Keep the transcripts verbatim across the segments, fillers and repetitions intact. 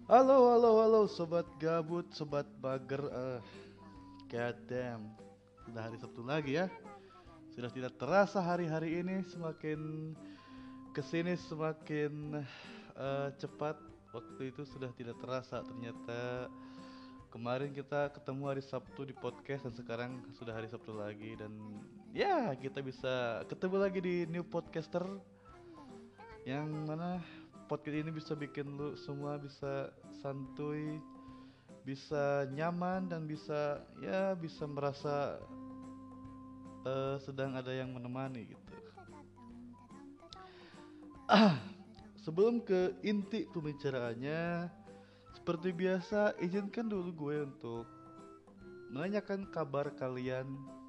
Halo, halo, halo, sobat gabut, sobat bager. Eh, god damn, sudah hari Sabtu lagi ya. Sudah tidak terasa hari-hari ini semakin kesini semakin eh, cepat. Waktu itu sudah tidak terasa. Ternyata kemarin kita ketemu hari Sabtu di podcast dan sekarang sudah hari Sabtu lagi dan ya kita bisa ketemu lagi di New Podcaster yang mana podcast ini bisa bikin lu semua bisa santuy, bisa nyaman dan bisa ya bisa merasa eh, sedang ada yang menemani gitu. Sebelum ke inti pembicaraannya, seperti biasa izinkan dulu gue untuk menanyakan kabar kalian.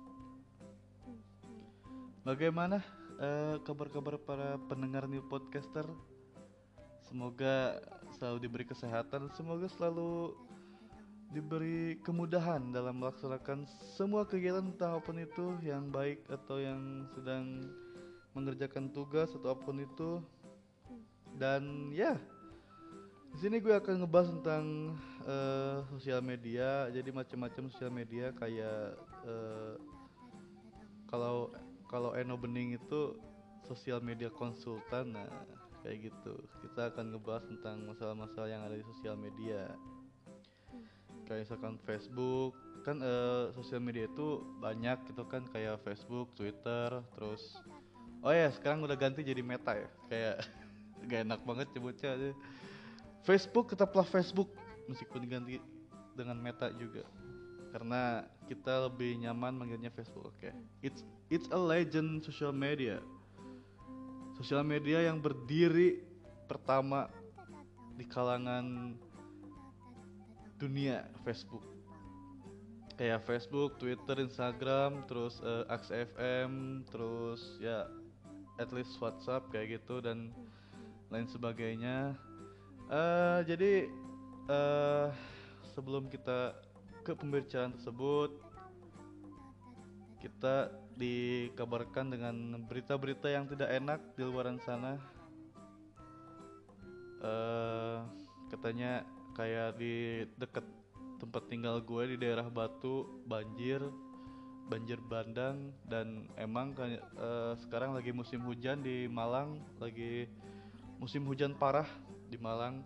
Bagaimana eh, kabar-kabar para pendengar new podcaster? Semoga selalu diberi kesehatan, semoga selalu diberi kemudahan dalam melaksanakan semua kegiatan entah apapun itu yang baik atau yang sedang mengerjakan tugas atau apapun itu. Dan ya, di sini gue akan ngebahas tentang eh, sosial media. Jadi macam-macam sosial media kayak eh, kalau kalau Eno Bening itu sosial media konsultan. Nah, kayak gitu. Kita akan ngebahas tentang masalah-masalah yang ada di sosial media. Kayak misalkan Facebook, kan eh, sosial media itu banyak gitu kan, kayak Facebook, Twitter, terus oh ya sekarang udah ganti jadi Meta ya. Kayak gak enak banget nyebutnya. Facebook tetaplah Facebook meskipun diganti dengan Meta juga. Karena kita lebih nyaman manggilnya Facebook, oke. Okay. It's it's a legend social media. Sosial media yang berdiri pertama di kalangan dunia, Facebook. Kayak Facebook, Twitter, Instagram, terus uh, X F M, terus ya at least WhatsApp kayak gitu dan lain sebagainya. Eh jadi eh sebelum kita ke pembicaraan tersebut, kita dikabarkan dengan berita-berita yang tidak enak di luaran sana. Eh katanya kayak di dekat tempat tinggal gue di daerah Batu banjir, banjir bandang dan emang kayak eh, sekarang lagi musim hujan di Malang, lagi musim hujan parah di Malang.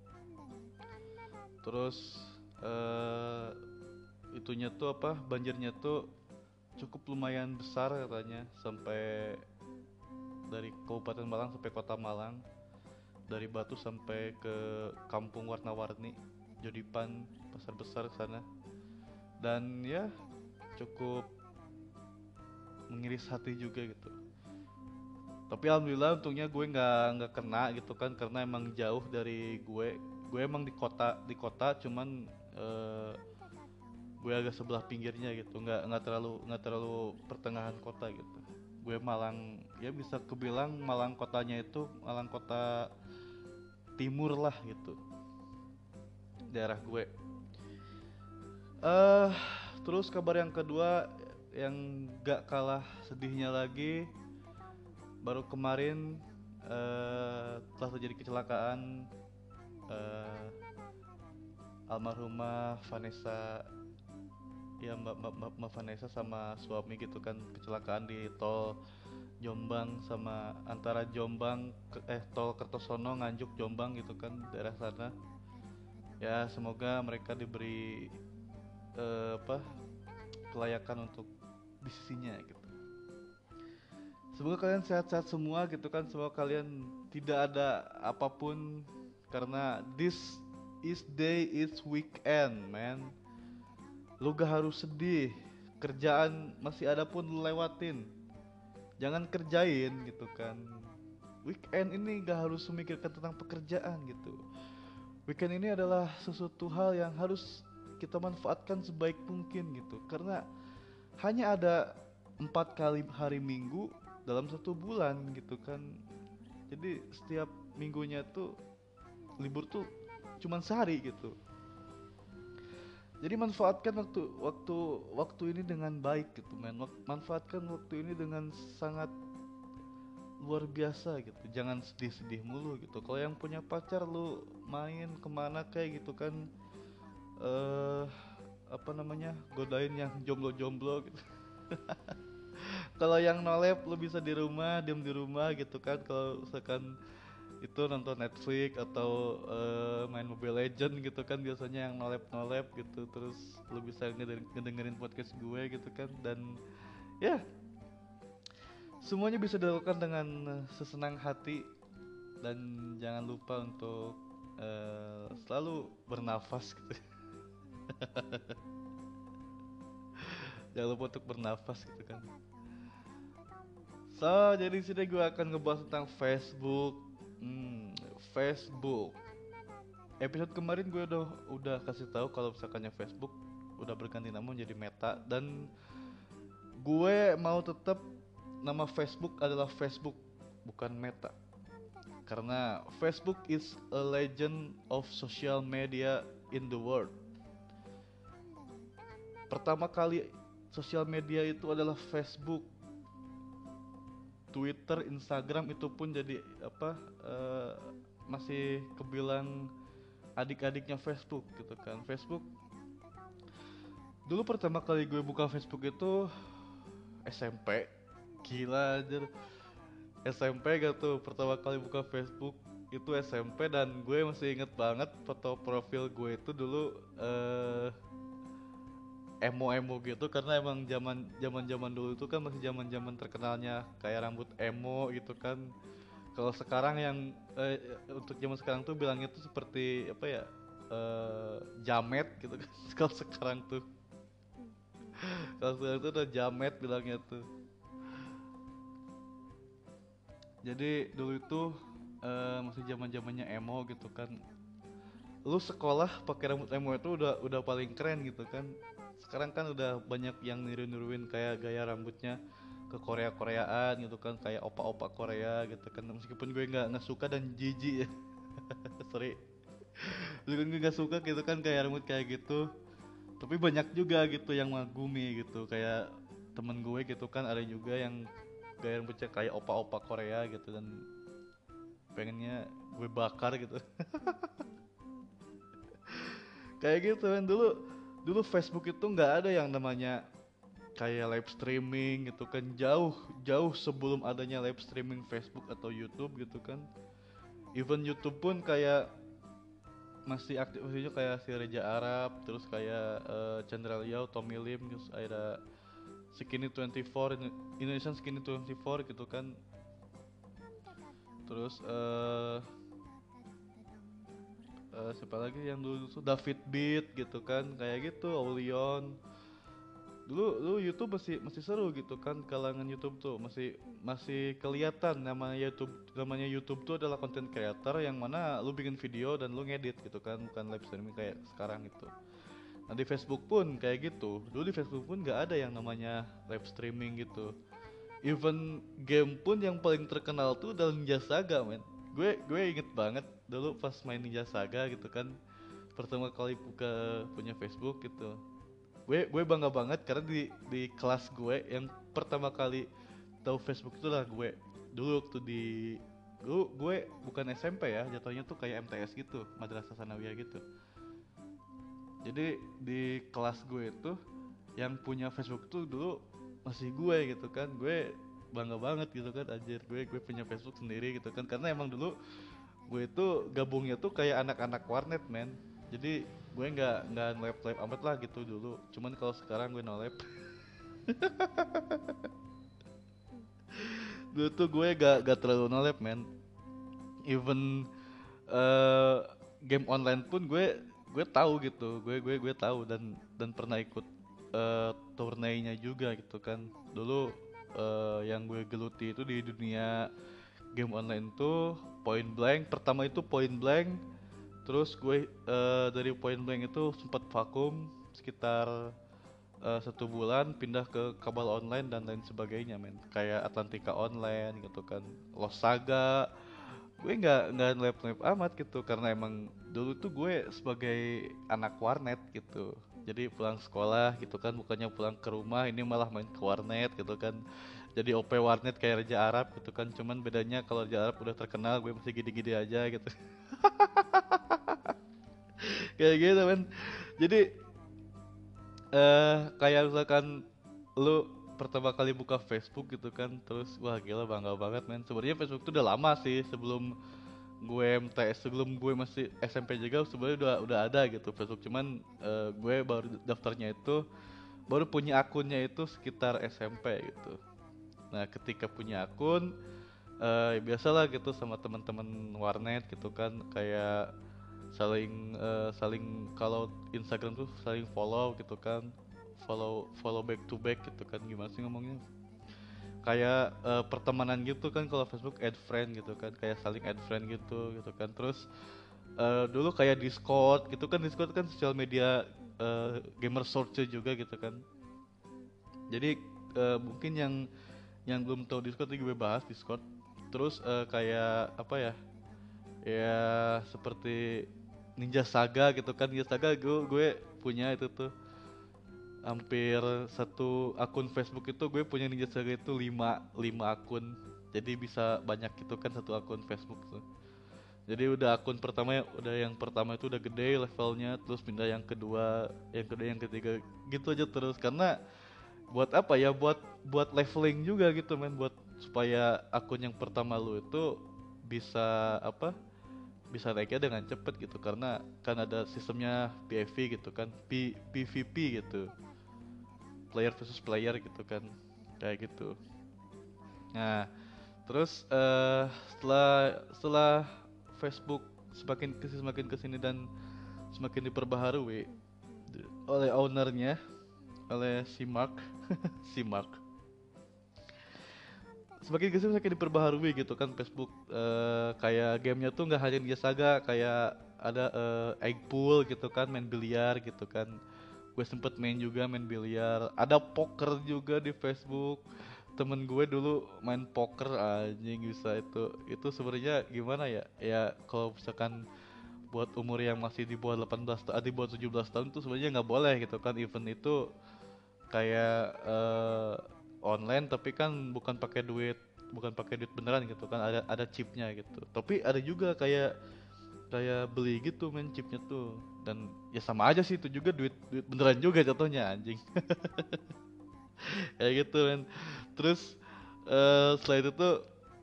Terus eh itunya tuh apa banjirnya tuh cukup lumayan besar katanya sampai dari Kabupaten Malang sampai Kota Malang, dari Batu sampai ke Kampung Warna-Warni, Jodipan, pasar besar ke sana. Dan ya cukup mengiris hati juga gitu. Tapi alhamdulillah untungnya gue nggak nggak kena gitu kan karena emang jauh dari gue. Gue emang di kota di kota cuman eh, gue agak sebelah pinggirnya gitu, nggak nggak terlalu nggak terlalu pertengahan kota gitu. Gue Malang, ya bisa kebilang Malang kotanya itu Malang kota timur lah gitu, daerah gue. eh Terus kabar yang kedua yang gak kalah sedihnya lagi, baru kemarin eh telah terjadi kecelakaan eh almarhumah Vanessa, ya mbak, mbak, mbak, mbak Vanessa sama suami gitu kan, kecelakaan di tol Jombang sama antara Jombang ke, eh tol Kertosono Nganjuk Jombang gitu kan, daerah sana. Ya semoga mereka diberi eh, apa kelayakan untuk di sisinya gitu. Semoga kalian sehat-sehat semua gitu kan, semoga kalian tidak ada apapun karena this is day is weekend man. Lu gak harus sedih, kerjaan masih ada pun lu lewatin, jangan kerjain gitu kan. Weekend ini gak harus memikirkan tentang pekerjaan gitu. Weekend ini adalah sesuatu hal yang harus kita manfaatkan sebaik mungkin gitu. Karena hanya ada empat kali hari Minggu dalam satu bulan gitu kan. Jadi setiap minggunya tuh libur tuh cuman sehari gitu. Jadi manfaatkan waktu waktu waktu ini dengan baik gitu men. Manfaatkan waktu ini dengan sangat luar biasa gitu, jangan sedih-sedih mulu gitu. Kalau yang punya pacar lu main kemana kayak gitu kan, eh apa namanya, godain yang jomblo-jomblo gitu. Kalau yang nolep lu bisa di rumah, diem di rumah gitu kan. Kalau misalkan itu nonton Netflix atau eh, main Mobile Legend gitu kan, biasanya yang nolep-nolep gitu. Terus lu bisa ngedengerin, ngedengerin podcast gue gitu kan. Dan ya, semuanya bisa dilakukan dengan eh, sesenang hati. Dan jangan lupa untuk eh, selalu bernafas gitu. Jangan lupa untuk bernafas gitu kan. So, jadi di sini gue akan ngebahas tentang Facebook. Hmm, Facebook. Episode kemarin gue udah udah kasih tahu kalau misalkannya Facebook udah berganti nama menjadi Meta, dan gue mau tetap nama Facebook adalah Facebook, bukan Meta. Karena Facebook is a legend of social media in the world. Pertama kali sosial media itu adalah Facebook. Twitter, Instagram itu pun jadi apa, eh, masih kebilang adik-adiknya Facebook gitu kan. Facebook dulu pertama kali gue buka Facebook itu S M P. Gila anjir, S M P gak tuh pertama kali buka Facebook itu S M P. Dan gue masih inget banget foto profil gue itu dulu eh emo-emo gitu, karena emang zaman zaman zaman dulu itu kan masih zaman zaman terkenalnya kayak rambut emo gitu kan. Kalau sekarang yang eh, untuk zaman sekarang tuh bilangnya tuh seperti apa ya, eh jamet gitu kan. Kalau sekarang tuh kalau sekarang tuh udah jamet bilangnya tuh. Jadi dulu itu eh, masih zaman zamannya emo gitu kan. Lu sekolah pakai rambut emo itu udah udah paling keren gitu kan. Sekarang kan udah banyak yang niru-niruin kayak gaya rambutnya ke Korea-Koreaan gitu kan, kayak opa-opa Korea gitu kan. Meskipun gue nggak nggak suka dan jijik ya. Sorry, meskipun gue nggak suka gitu kan kayak rambut kayak gitu, tapi banyak juga gitu yang mengagumi gitu. Kayak temen gue gitu kan, ada juga yang gaya rambutnya kayak opa-opa Korea gitu, dan pengennya gue bakar gitu. Kayak gitu kan. Dulu dulu Facebook itu nggak ada yang namanya kayak live streaming gitu kan. Jauh jauh sebelum adanya live streaming Facebook atau YouTube gitu kan. Even YouTube pun kayak masih aktif maksudnya, kayak si Reza Arab, terus kayak eh, Chandra Liao, Tommy Lim, terus ada Skinny dua puluh empat, Indo- Indonesian Skinny dua puluh empat gitu kan. Terus eh eh, siapa lagi yang dulu tuh, David Beat gitu kan, kayak gitu, Aulion. Dulu dulu YouTube masih masih seru gitu kan, kalangan YouTube tuh masih masih kelihatan namanya YouTube. Namanya YouTube tuh adalah content creator yang mana lu bikin video dan lu ngedit gitu kan, bukan live streaming kayak sekarang gitu. Nah di Facebook pun kayak gitu. Dulu di Facebook pun nggak ada yang namanya live streaming gitu. Even game pun yang paling terkenal tuh adalah Ninja Saga, men. Gue gue inget banget dulu pas main Ninja Saga gitu kan. Pertama kali buka punya Facebook gitu. Gue gue bangga banget karena di di kelas gue yang pertama kali tahu Facebook itu lah gue. Dulu waktu di dulu gue bukan S M P ya, jatuhnya tuh kayak M T S gitu, Madrasah Sanawiyah gitu. Jadi di kelas gue itu yang punya Facebook tuh dulu masih gue gitu kan. Gue bangga banget gitu kan, anjir gue gue punya Facebook sendiri gitu kan, karena emang dulu gue itu gabungnya tuh kayak anak-anak warnet, men. Jadi gue nggak nggak nolep nolep amat lah gitu dulu. Cuman kalau sekarang gue nolep. Dulu tuh gue gak gak terlalu nolep, men. Even eh game online pun gue gue tahu gitu. Gue gue gue tahu dan dan pernah ikut eh turnainya juga gitu kan. Dulu eh yang gue geluti itu di dunia game online tuh Point Blank. Pertama itu Point Blank. Terus gue eh, dari Point Blank itu sempat vakum sekitar eh, satu bulan, pindah ke kabel online dan lain sebagainya, men. Kayak Atlantika Online gitu kan, Lost Saga. Gue nggak nggak ngelap-ngelap amat gitu, karena emang dulu tuh gue sebagai anak warnet gitu. Jadi pulang sekolah gitu kan, bukannya pulang ke rumah, ini malah main ke warnet gitu kan. jadi O P warnet kayak Raja Arab gitu kan, cuman bedanya kalau Raja Arab udah terkenal, gue masih gede-gede aja gitu. Kayak gitu men. Jadi eh kayak misalkan lu pertama kali buka Facebook gitu kan, terus wah gila bangga banget men. Sebenarnya Facebook tuh udah lama sih, sebelum gue M T S, sebelum gue masih S M P juga sebenarnya udah udah ada gitu Facebook, cuman eh, gue baru daftarnya itu, baru punya akunnya itu sekitar S M P gitu. Nah ketika punya akun, eh biasalah gitu sama teman-teman warnet gitu kan, kayak saling eh, saling kalau Instagram tuh saling follow gitu kan, follow follow back to back gitu kan, gimana sih ngomongnya, kayak eh, pertemanan gitu kan. Kalau Facebook add friend gitu kan, kayak saling add friend gitu gitu kan. Terus eh, dulu kayak Discord gitu kan, Discord kan sosial media eh, gamer search juga gitu kan. Jadi eh, mungkin yang yang belum tahu Discord ini gue bahas Discord. Terus eh, kayak apa ya, ya seperti Ninja Saga gitu kan. Ninja Saga gue gue punya itu tuh hampir satu akun Facebook itu, gue punya Ninja Saga itu lima lima akun. Jadi bisa banyak gitu kan satu akun Facebook tuh. Jadi udah akun pertama ya, udah yang pertama itu udah gede levelnya, terus pindah yang kedua, yang kedua, yang ketiga, gitu aja terus. Karena buat apa ya, buat buat leveling juga gitu men, buat supaya akun yang pertama lu itu bisa apa, bisa naiknya dengan cepet gitu. Karena kan ada sistemnya P V P gitu kan, P PvP gitu, player versus player gitu kan, kayak gitu. Nah terus eh setelah setelah Facebook semakin kesini semakin kesini dan semakin diperbaharui oleh ownernya, oleh si Mark, si Mark, semakin kesini semakin diperbaharui gitu kan Facebook. Eh kayak gamenya tuh nggak hanya Ninja Saga, kayak ada eh, egg pool gitu kan, main biliar gitu kan. Gue sempet main juga, main biliar, ada poker juga di Facebook. Temen gue dulu main poker anjing bisa itu. Itu sebenarnya gimana ya, ya kalau misalkan buat umur yang masih di bawah delapan belas tahun, di bawah tujuh belas tahun tuh sebenarnya nggak boleh gitu kan. Event itu kayak eh, online, tapi kan bukan pakai duit, bukan pakai duit beneran gitu kan, ada ada chipnya gitu. Tapi ada juga kayak kayak beli gitu men chipnya tuh. Dan ya sama aja sih, itu juga duit duit beneran juga jatuhnya anjing. Kayak gitu men. Terus eh setelah itu tuh,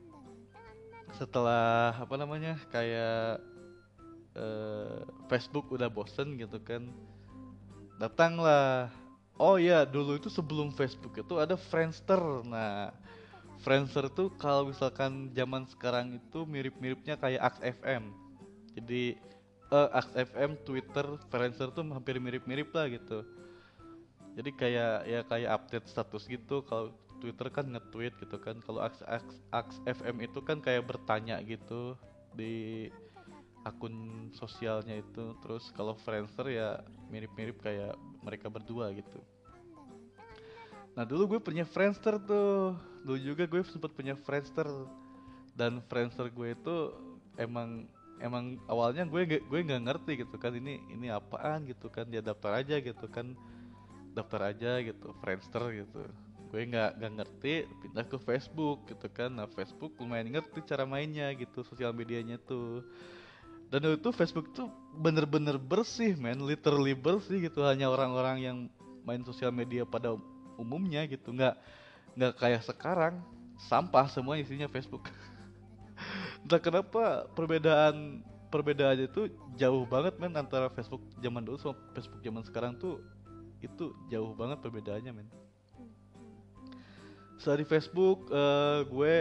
setelah apa namanya, kayak eh, Facebook udah bosen gitu kan, datanglah, oh iya dulu itu sebelum Facebook itu ada Friendster. Nah Friendster tuh kalau misalkan zaman sekarang itu mirip-miripnya kayak Aks F M. Jadi eh Aks F M, Twitter, Friendster tuh hampir mirip-mirip lah gitu. Jadi kayak ya kayak update status gitu. Kalau Twitter kan nge-tweet gitu kan. Kalau Aks, Aks, Aks F M itu kan kayak bertanya gitu di akun sosialnya itu. Terus kalau Friendster ya mirip-mirip kayak mereka berdua gitu. Nah dulu gue punya Friendster tuh. Dulu juga gue sempet punya Friendster. Dan Friendster gue itu emang emang awalnya gue nggak gue nggak ngerti gitu kan, ini ini apaan gitu kan. Dia daftar aja gitu kan, daftar aja gitu Friendster gitu. Gue nggak nggak ngerti, pindah ke Facebook gitu kan. Nah Facebook lumayan ngerti cara mainnya gitu, sosial medianya tuh. Dan itu Facebook tuh bener-bener bersih men, literally bersih gitu. Hanya orang-orang yang main sosial media pada umumnya gitu, nggak nggak kayak sekarang sampah semua isinya Facebook. Entah kenapa perbedaan perbedaannya itu jauh banget men, antara Facebook zaman dulu sama Facebook zaman sekarang tuh, itu jauh banget perbedaannya men. Setelah di Facebook eh, gue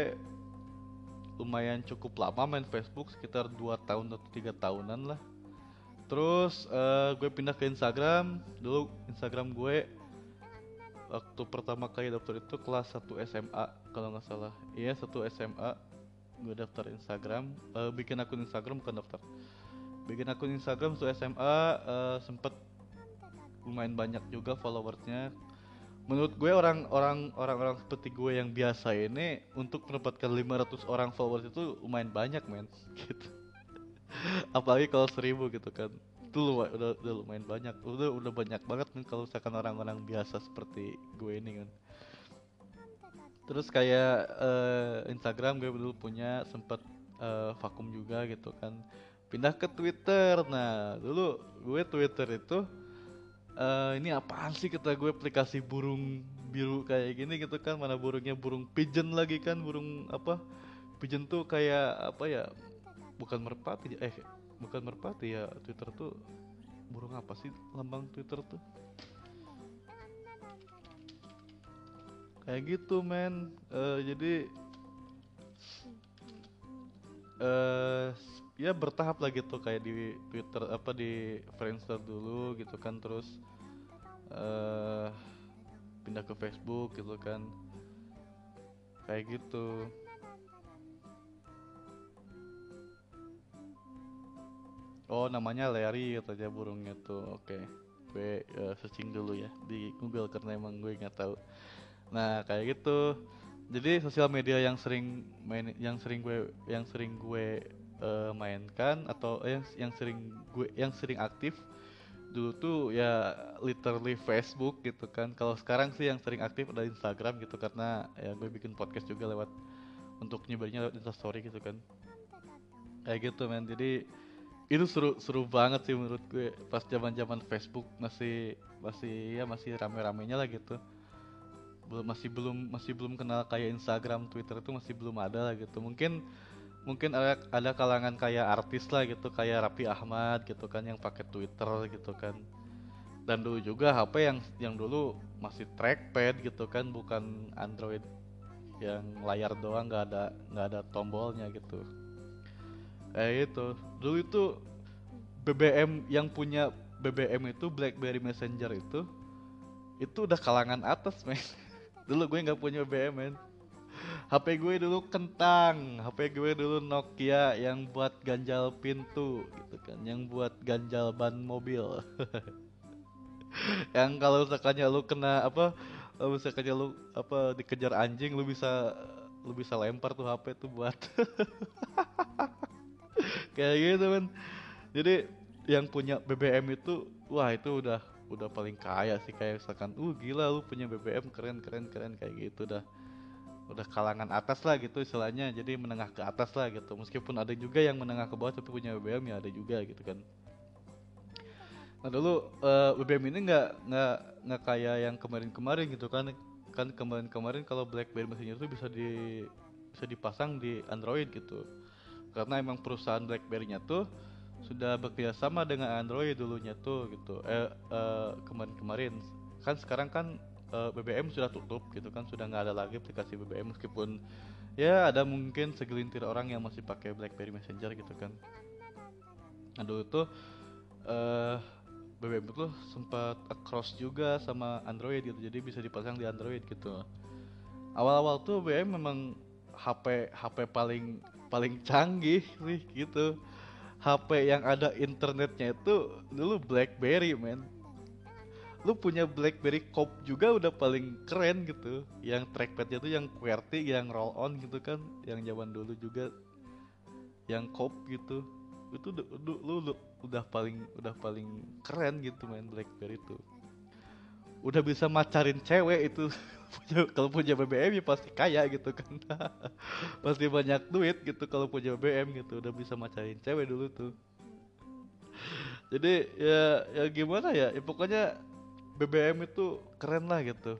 lumayan cukup lama main Facebook, sekitar dua tahun atau tiga tahunan lah. Terus eh, gue pindah ke Instagram. Dulu Instagram gue waktu pertama kali daftar itu kelas satu S M A kalau nggak salah. Iya satu S M A gue daftar Instagram, eh, bikin akun Instagram, bukan daftar, bikin akun Instagram satu S M A. Eh, sempet lumayan banyak juga followersnya. Menurut gue orang-orang orang-orang seperti gue yang biasa ini, untuk mendapatkan lima ratus orang followers itu lumayan banyak men. Gitu. Apalagi kalau seribu gitu kan, itu lu, udah, udah lumayan banyak, udah udah banyak banget men kalau misalkan orang-orang biasa seperti gue ini kan. Terus kayak eh, Instagram gue dulu punya sempet eh, vakum juga gitu kan. Pindah ke Twitter. Nah, dulu gue Twitter itu eh, ini apaan sih kata gue aplikasi burung biru kayak gini gitu kan. Mana burungnya burung pigeon lagi kan, burung apa? Pigeon tuh kayak apa ya? Bukan merpati eh bukan merpati ya. Twitter tuh burung apa sih lambang Twitter tuh? Kayak gitu men. Eh, jadi eh ya bertahap lah gitu kayak di Twitter apa di Friendster dulu gitu kan, terus eh pindah ke Facebook gitu kan, kayak gitu. Oh namanya Larry katanya burungnya tuh. Oke, gue eh, searching dulu ya di Google karena emang gue nggak tahu. Nah kayak gitu. Jadi sosial media yang sering main, yang sering gue, yang sering gue eh, mainkan atau eh, yang yang sering gue, yang sering aktif dulu tuh ya literally Facebook gitu kan. Kalau sekarang sih yang sering aktif ada Instagram gitu karena ya gue bikin podcast juga lewat, untuk nyebarnya lewat Instastory gitu kan. Kayak gitu men. Jadi itu seru seru banget sih menurut gue pas zaman-zaman Facebook masih masih ya masih rame-ramenya lah gitu. Belum masih belum masih belum kenal kayak Instagram, Twitter itu masih belum ada lah gitu. Mungkin mungkin ada ada kalangan kayak artis lah gitu kayak Raffi Ahmad gitu kan yang pakai Twitter gitu kan. Dan dulu juga H P yang yang dulu masih trackpad gitu kan, bukan Android yang layar doang nggak ada nggak ada tombolnya gitu. Kayak gitu. Dulu itu B B M yang punya B B M itu BlackBerry Messenger itu itu udah kalangan atas men. Dulu gue nggak punya B B M men. H P gue dulu kentang, H P gue dulu Nokia yang buat ganjal pintu gitu kan, yang buat ganjal ban mobil. Yang kalau misalkannya lu kena apa, kalau misalkannya lu apa dikejar anjing, lu bisa lu bisa lempar tuh H P tuh buat kayak gitu kan. Jadi yang punya B B M itu wah itu udah udah paling kaya sih, kayak misalkan uh gila lu punya B B M, keren keren keren kayak gitu dah. Udah kalangan atas lah gitu istilahnya, jadi menengah ke atas lah gitu. Meskipun ada juga yang menengah ke bawah tapi punya B B M ya ada juga gitu kan. Nah dulu eh, B B M ini nggak nggak nggak kayak yang kemarin-kemarin gitu kan. Kan kemarin-kemarin kalau BlackBerry Messenger itu bisa di bisa dipasang di Android gitu. Karena emang perusahaan BlackBerry-nya tuh sudah bekerja sama dengan Android dulunya tuh gitu. Eh, eh, kemarin-kemarin kan sekarang kan eh, B B M sudah tutup gitu kan, sudah nggak ada lagi aplikasi B B M, meskipun ya ada mungkin segelintir orang yang masih pakai BlackBerry Messenger gitu kan. Nah dulu tuh eh B B M tuh sempat across juga sama Android gitu, jadi bisa dipasang di Android gitu. Awal-awal tuh B B M memang H P H P paling paling canggih sih gitu. H P yang ada internetnya itu dulu BlackBerry men. Lu punya BlackBerry Cop juga udah paling keren gitu. Yang trackpadnya tuh yang QWERTY, yang roll on gitu kan, yang zaman dulu juga yang Cop gitu. Itu udah, lu, lu, lu udah paling udah paling keren gitu main BlackBerry itu. Udah bisa macarin cewek itu. Punya, kalau punya B B M ya pasti kaya gitu kan. Pasti banyak duit gitu kalau punya B B M gitu, udah bisa macarin cewek dulu tuh. Jadi ya ya gimana ya, ya pokoknya B B M itu keren lah gitu.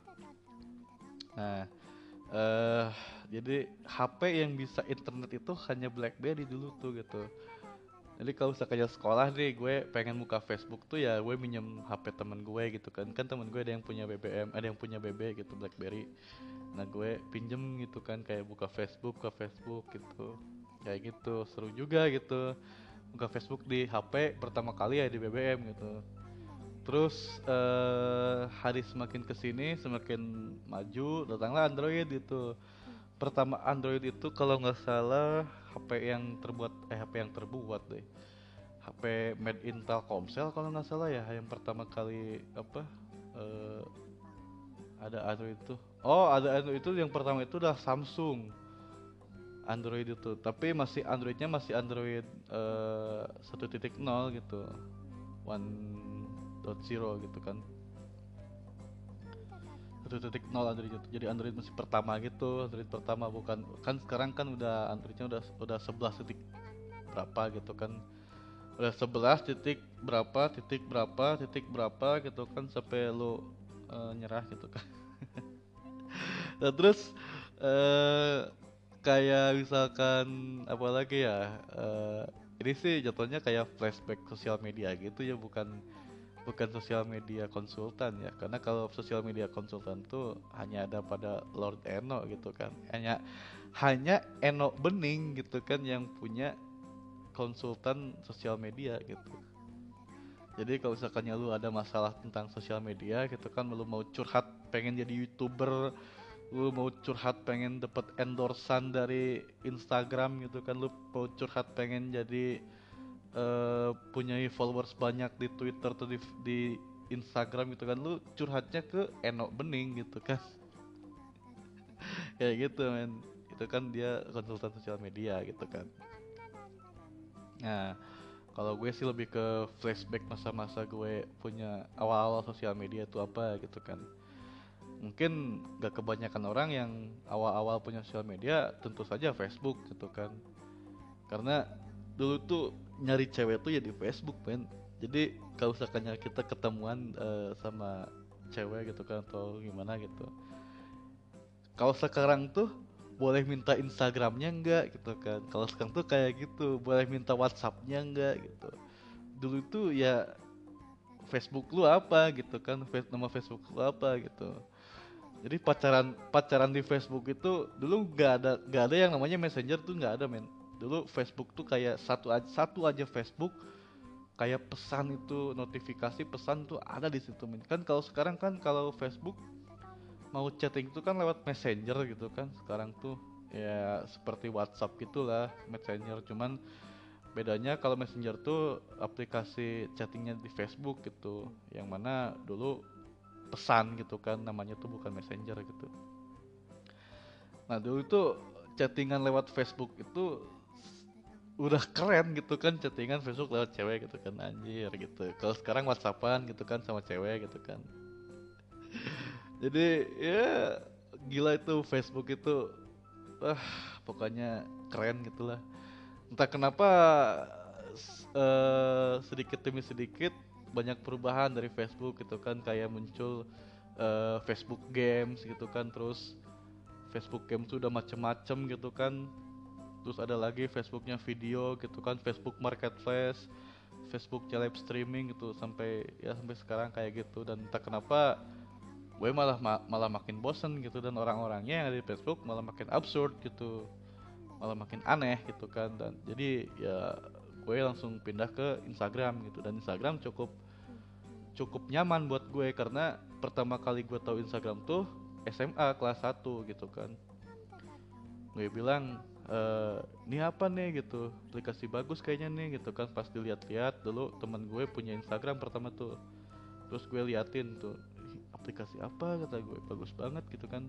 Nah eh jadi H P yang bisa internet itu hanya BlackBerry dulu tuh gitu. Jadi kalau misalnya sekolah nih, gue pengen buka Facebook tuh ya gue minjem H P temen gue gitu kan. Kan temen gue ada yang punya B B M, ada yang punya B B gitu BlackBerry. Nah gue pinjem gitu kan, kayak buka Facebook, buka Facebook gitu. Kayak gitu, seru juga gitu. Buka Facebook di H P pertama kali ya di B B M gitu. Terus eh hari semakin kesini semakin maju, datanglah Android gitu. Pertama Android itu kalau nggak salah H P yang terbuat eh H P yang terbuat deh. H P made in Telkomsel kalau nggak salah ya, yang pertama kali apa eh ada Android itu. Oh, ada Android itu yang pertama itu udah Samsung. Android itu, tapi masih Androidnya masih Android eh satu titik nol gitu. satu titik nol gitu kan. satu titik nol Android itu. Jadi Android masih pertama gitu, Android pertama bukan kan sekarang kan udah Androidnya udah udah sebelas titik berapa gitu kan. Udah sebelas titik berapa, titik berapa, titik berapa gitu kan sampai lu eh, nyerah gitu kan. Nah, terus eh kayak misalkan apa lagi ya? eh ini sih jatuhnya kayak flashback sosial media gitu ya, bukan bukan sosial media konsultan ya. Karena kalau sosial media konsultan tuh hanya ada pada Lord Eno gitu kan. Hanya hanya Eno Bening gitu kan yang punya konsultan sosial media gitu. Jadi kalau misalkannya lu ada masalah tentang sosial media gitu kan, lu mau curhat pengen jadi YouTuber, lu mau curhat pengen dapet endorsan dari Instagram gitu kan, lu mau curhat pengen jadi eh punya followers banyak di Twitter atau di, di Instagram gitu kan, lu curhatnya ke Eno Bening gitu kan. Kayak gitu men, itu kan dia konsultan sosial media gitu kan. Nah, kalau gue sih lebih ke flashback masa-masa gue punya awal-awal sosial media itu apa gitu kan. Mungkin gak kebanyakan orang yang awal-awal punya sosial media tentu saja Facebook gitu kan. Karena dulu tuh nyari cewek tuh ya di Facebook men. Jadi kalau misalkan kita ketemuan eh, sama cewek gitu kan atau gimana gitu, kalau sekarang tuh boleh minta Instagramnya enggak gitu kan. Kalau sekarang tuh kayak gitu, boleh minta WhatsAppnya enggak gitu. Dulu tuh ya Facebook lu apa gitu kan, Face- nama Facebook lu apa gitu. Jadi pacaran pacaran di Facebook itu dulu nggak ada nggak ada yang namanya Messenger tuh nggak ada men. Dulu Facebook tuh kayak satu aja, satu aja Facebook, kayak pesan itu, notifikasi pesan tuh ada di situ men. Kan kalau sekarang kan kalau Facebook mau chatting itu kan lewat Messenger gitu kan. Sekarang tuh ya seperti WhatsApp gitulah Messenger, cuman bedanya kalau Messenger tuh aplikasi chattingnya di Facebook gitu, yang mana dulu pesan gitu kan, namanya tuh bukan Messenger gitu. Nah dulu tuh chattingan lewat Facebook itu udah keren gitu kan, chattingan Facebook lewat cewek gitu kan, anjir gitu. Kalau sekarang WhatsAppan gitu kan sama cewek gitu kan. Jadi ya gila itu Facebook itu, ah pokoknya keren gitulah. Entah kenapa s- eh, sedikit demi sedikit banyak perubahan dari Facebook gitu kan, kayak muncul eh, Facebook Games gitu kan, terus Facebook Games tuh udah macem-macem gitu kan. Terus ada lagi Facebooknya video gitu kan, Facebook Marketplace, Facebook live streaming gitu, sampai ya sampai sekarang kayak gitu. Dan entah kenapa gue malah ma- malah makin bosen gitu, dan orang-orangnya yang ada di Facebook malah makin absurd gitu, malah makin aneh gitu kan. Dan jadi ya gue langsung pindah ke Instagram gitu, dan Instagram cukup cukup nyaman buat gue karena pertama kali gue tahu Instagram tuh S M A kelas satu gitu kan. Gue bilang eh ini apa nih gitu, aplikasi bagus kayaknya nih gitu kan. Pas dilihat-lihat dulu teman gue punya Instagram pertama tuh, terus gue liatin tuh, "Ih, aplikasi apa?" kata gue, bagus banget gitu kan.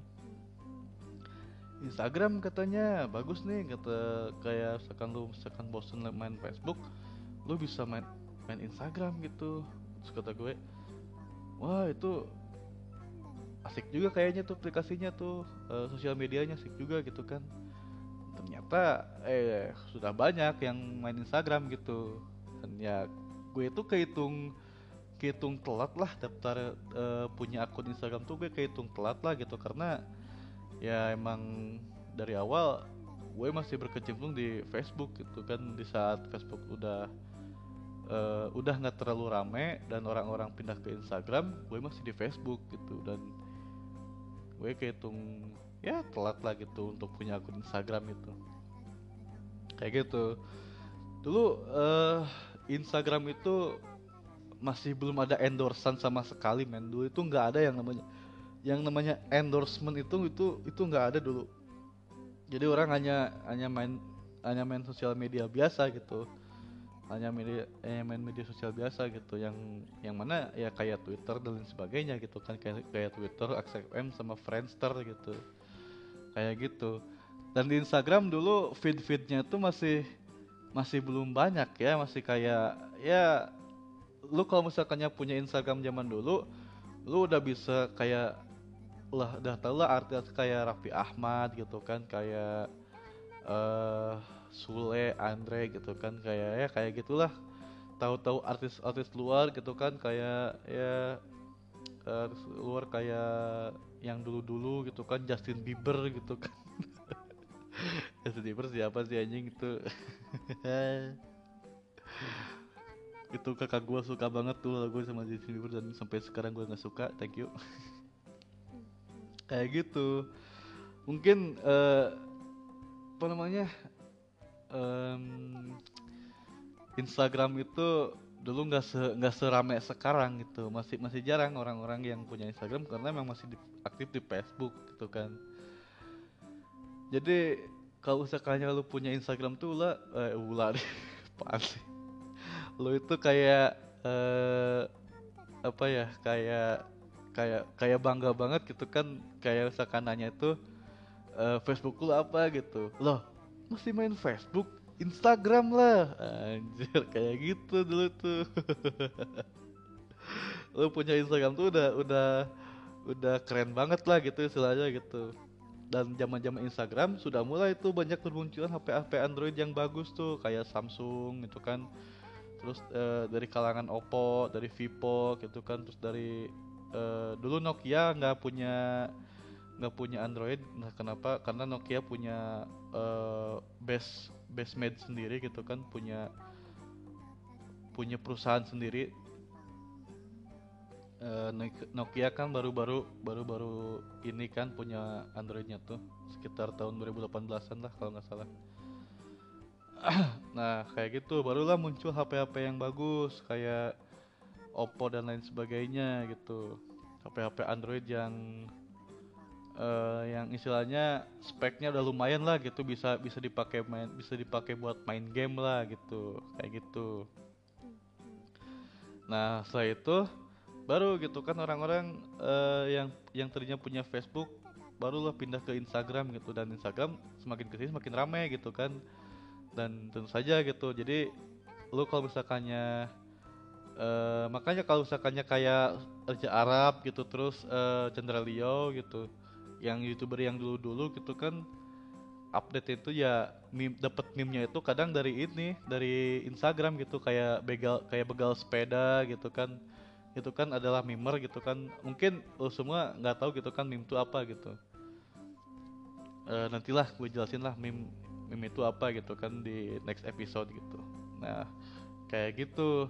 Instagram katanya bagus nih kata, kayak misalkan lu misalkan bosen main Facebook, lu bisa main main Instagram gitu. Terus kata gue, wah itu asik juga kayaknya tuh aplikasinya tuh, eh, sosial medianya asik juga gitu kan. Ternyata eh sudah banyak yang main Instagram gitu. Dan ya gue itu kehitung kehitung telat lah daftar, eh, punya akun Instagram tuh gue kehitung telat lah gitu, karena ya emang dari awal gue masih berkecimpung di Facebook gitu kan. Di saat Facebook udah eh, udah nggak terlalu rame dan orang-orang pindah ke Instagram, gue masih di Facebook gitu. Dan gue kehitung ya telat lah gitu untuk punya akun Instagram itu, kayak gitu. Dulu eh Instagram itu masih belum ada endorsan sama sekali men. Dulu itu nggak ada yang namanya yang namanya endorsement, itu itu itu nggak ada dulu. Jadi orang hanya hanya main hanya main sosial media biasa gitu, hanya media eh, main media sosial biasa gitu, yang yang mana ya kayak Twitter dan lain sebagainya gitu kan, kayak kayak Twitter, X M M sama Friendster gitu, kayak gitu. Dan di Instagram dulu feed-feednya tuh masih masih belum banyak ya, masih kayak ya lu kalau misalkannya punya Instagram zaman dulu, lu udah bisa kayak lah udah tau lah artis kayak Raffi Ahmad gitu kan, kayak eh Sule, Andre gitu kan, kayak ya kayak gitulah. Tahu-tahu artis-artis luar gitu kan, kayak ya artis luar kayak yang dulu-dulu gitu kan, Justin Bieber gitu kan. Justin Bieber siapa sih anjing itu? Itu kakak gua suka banget tuh lagu sama Justin Bieber dan sampai sekarang gua nggak suka. Thank you. Kayak gitu. Mungkin eh apa namanya? em, Instagram itu dulu nggak se nggak serame sekarang gitu, masih masih jarang orang-orang yang punya Instagram karena memang masih di- aktif di Facebook gitu kan. Jadi kalau misalnya lu punya Instagram tuh lah, eh ulah deh, apaan sih? Lu itu kayak eh apa ya, kayak kayak kayak bangga banget gitu kan, kayak misalkan nanya itu eh, Facebook lu apa gitu, loh masih main Facebook, Instagram lah, anjir kayak gitu dulu tuh. Lu punya Instagram tuh udah udah udah keren banget lah gitu istilahnya gitu. Dan zaman-zaman Instagram sudah mulai tuh banyak bermunculan H P H P Android yang bagus tuh kayak Samsung gitu kan. Terus eh, dari kalangan Oppo, dari Vivo gitu kan, terus dari eh, dulu Nokia nggak punya nggak punya Android. Nah, kenapa? Karena Nokia punya eh, base base made sendiri gitu kan, punya punya perusahaan sendiri. Eh, Nok- Nokia kan baru-baru baru-baru ini kan punya Androidnya tuh sekitar tahun dua ribu delapan belasan-an lah kalau nggak salah. Nah kayak gitu barulah muncul H P-H P yang bagus kayak Oppo dan lain sebagainya gitu. H P-H P Android yang eh, yang istilahnya speknya udah lumayan lah gitu, bisa bisa dipakai main bisa dipakai buat main game lah gitu kayak gitu. Nah setelah itu baru gitu kan orang-orang eh, yang yang tadinya punya Facebook barulah pindah ke Instagram gitu, dan Instagram semakin kesini semakin ramai gitu kan. Dan tentu saja gitu, jadi lu kalau misalkannya eh, makanya kalau misalkannya kayak Raja Arab gitu, terus eh, Chandra Leo gitu, yang youtuber yang dulu-dulu gitu kan, update itu ya meme, dapat meme-nya itu kadang dari ini, dari Instagram gitu, kayak begal kayak begal sepeda gitu kan. Itu kan adalah mimer gitu kan, mungkin lo semua nggak tahu gitu kan meme itu apa gitu. Eh, nantilah gue jelasin lah meme meme itu apa gitu kan di next episode gitu. Nah kayak gitu.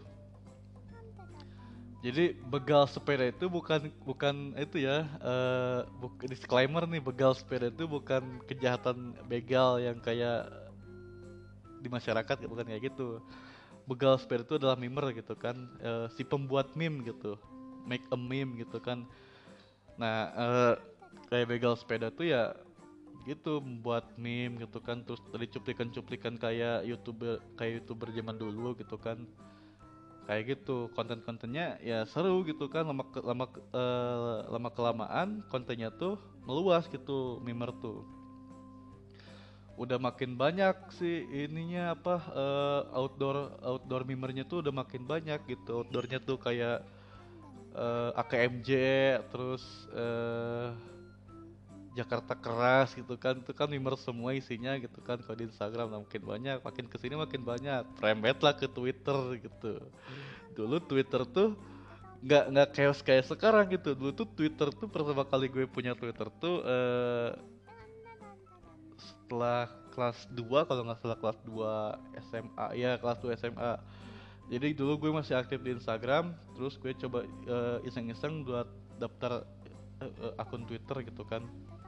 Jadi begal sepeda itu bukan bukan itu ya, eh buk, disclaimer nih, begal sepeda itu bukan kejahatan begal yang kayak di masyarakat, bukan kayak gitu. Begal sepeda itu adalah mimer gitu kan, eh, si pembuat meme gitu, make a meme gitu kan. Nah, eh, kayak begal sepeda tuh ya gitu, membuat meme gitu kan, terus dari cuplikan-cuplikan kayak youtuber kayak youtuber zaman dulu gitu kan, kayak gitu. Konten-kontennya ya seru gitu kan, lama ke- lama ke- eh, lama kelamaan kontennya tuh meluas gitu, mimer tuh udah makin banyak sih ininya apa, eh, outdoor outdoor mimernya tuh udah makin banyak gitu. Outdoornya tuh kayak eh, A K M J, terus eh Jakarta Keras gitu kan, itu kan mimer semua isinya gitu kan. Kalau di Instagram nah, makin banyak, makin kesini makin banyak, rembet lah ke Twitter gitu. Dulu Twitter tuh nggak nggak chaos kayak sekarang gitu. Dulu tuh Twitter tuh pertama kali gue punya Twitter tuh eh, setelah kelas dua kalau nggak salah, kelas dua S M A, ya kelas dua S M A. Jadi dulu gue masih aktif di Instagram, terus gue coba eh, iseng-iseng buat daftar eh, eh, akun Twitter gitu kan,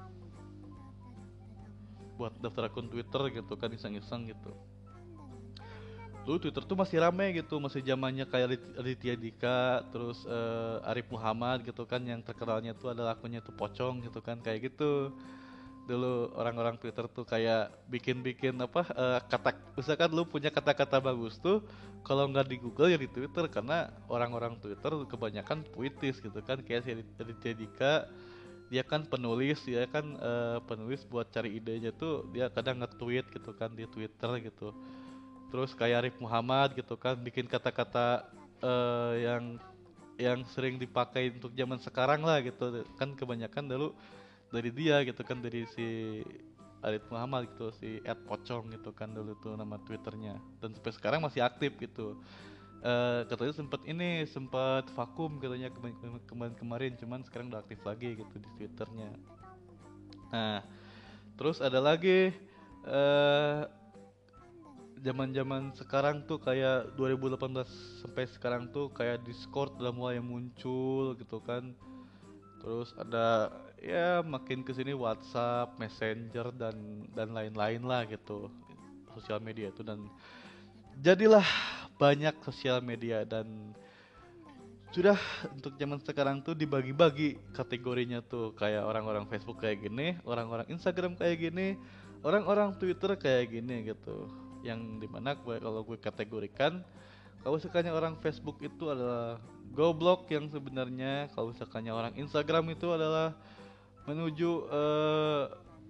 buat daftar akun Twitter gitu kan, iseng-iseng gitu. Dulu Twitter tuh masih rame gitu, masih zamannya kayak Rit- Raditya Dika, terus eh, Arif Muhammad gitu kan, yang terkenalnya tuh adalah akunnya tuh pocong gitu kan, kayak gitu. Dulu orang-orang Twitter tuh kayak bikin-bikin apa, eh, kata, misalkan lu punya kata-kata bagus tuh, kalau nggak di Google ya di Twitter, karena orang-orang Twitter kebanyakan puitis gitu kan, kayak si Raditya Dika, dia kan penulis, dia kan eh, penulis buat cari idenya tuh dia kadang nge-tweet gitu kan di Twitter gitu. Terus kayak Arif Muhammad gitu kan bikin kata-kata eh, yang yang sering dipakai untuk zaman sekarang lah gitu kan, kebanyakan dulu dari dia gitu kan, dari si Arif Muhammad gitu, si Ed Pocong gitu kan dulu tuh nama Twitternya, dan sampai sekarang masih aktif gitu. Eh katanya sempat ini sempat vakum katanya kemarin kemarin kemarin, cuman sekarang udah aktif lagi gitu di Twitternya. Nah, terus ada lagi eh zaman-zaman sekarang tuh kayak dua ribu delapan belas sampai sekarang tuh kayak Discord udah mulai muncul gitu kan. Terus ada ya makin kesini WhatsApp, Messenger dan dan lain-lain lah gitu, sosial media itu. Dan jadilah banyak sosial media, dan sudah untuk zaman sekarang tuh dibagi-bagi kategorinya tuh, kayak orang-orang Facebook kayak gini, orang-orang Instagram kayak gini, orang-orang Twitter kayak gini gitu. Yang dimana gue, kalau gue kategorikan, kalau misalkannya orang Facebook itu adalah goblok yang sebenarnya, kalau misalkannya orang Instagram itu adalah menuju eh,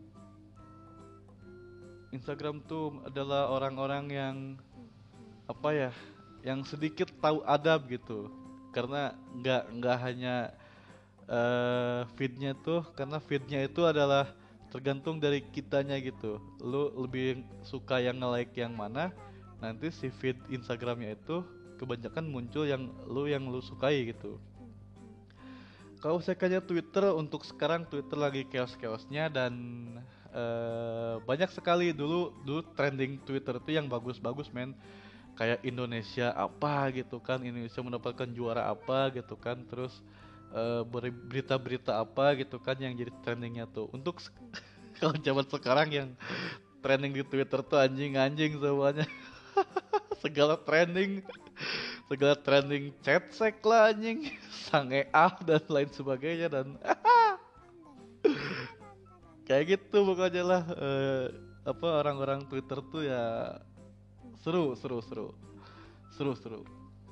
Instagram tuh adalah orang-orang yang apa ya, yang sedikit tahu adab gitu. Karena nggak nggak hanya eh, feednya tuh, karena feednya itu adalah tergantung dari kitanya gitu. Lu lebih suka yang nge-like yang mana, nanti si feed Instagramnya itu kebanyakan muncul yang lu yang lu sukai gitu. Kalau saya kayak Twitter, untuk sekarang Twitter lagi chaos-chaosnya, dan eh, banyak sekali dulu dulu trending Twitter itu yang bagus-bagus men, kayak Indonesia apa gitu kan, Indonesia mendapatkan juara apa gitu kan, terus eh, beri- berita-berita apa gitu kan yang jadi trendingnya tuh. Untuk se- kalau zaman sekarang yang trending di Twitter tuh anjing-anjing semuanya. Segala trending, segala trending chat sek lah anjing, sange ah dan lain sebagainya, dan kayak gitu pokoknya lah. Eh, apa orang-orang Twitter tuh ya seru seru seru seru seru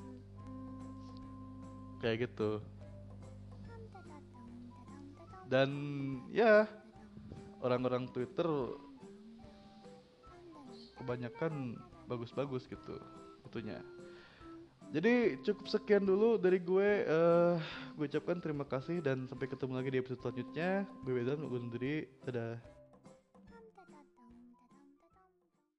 kayak gitu. Dan ya orang-orang Twitter kebanyakan bagus-bagus gitu itunya. Jadi cukup sekian dulu dari gue. eh gue ucapkan terima kasih dan sampai ketemu lagi di episode selanjutnya. Gue Bezan, gue undur diri. Dadah.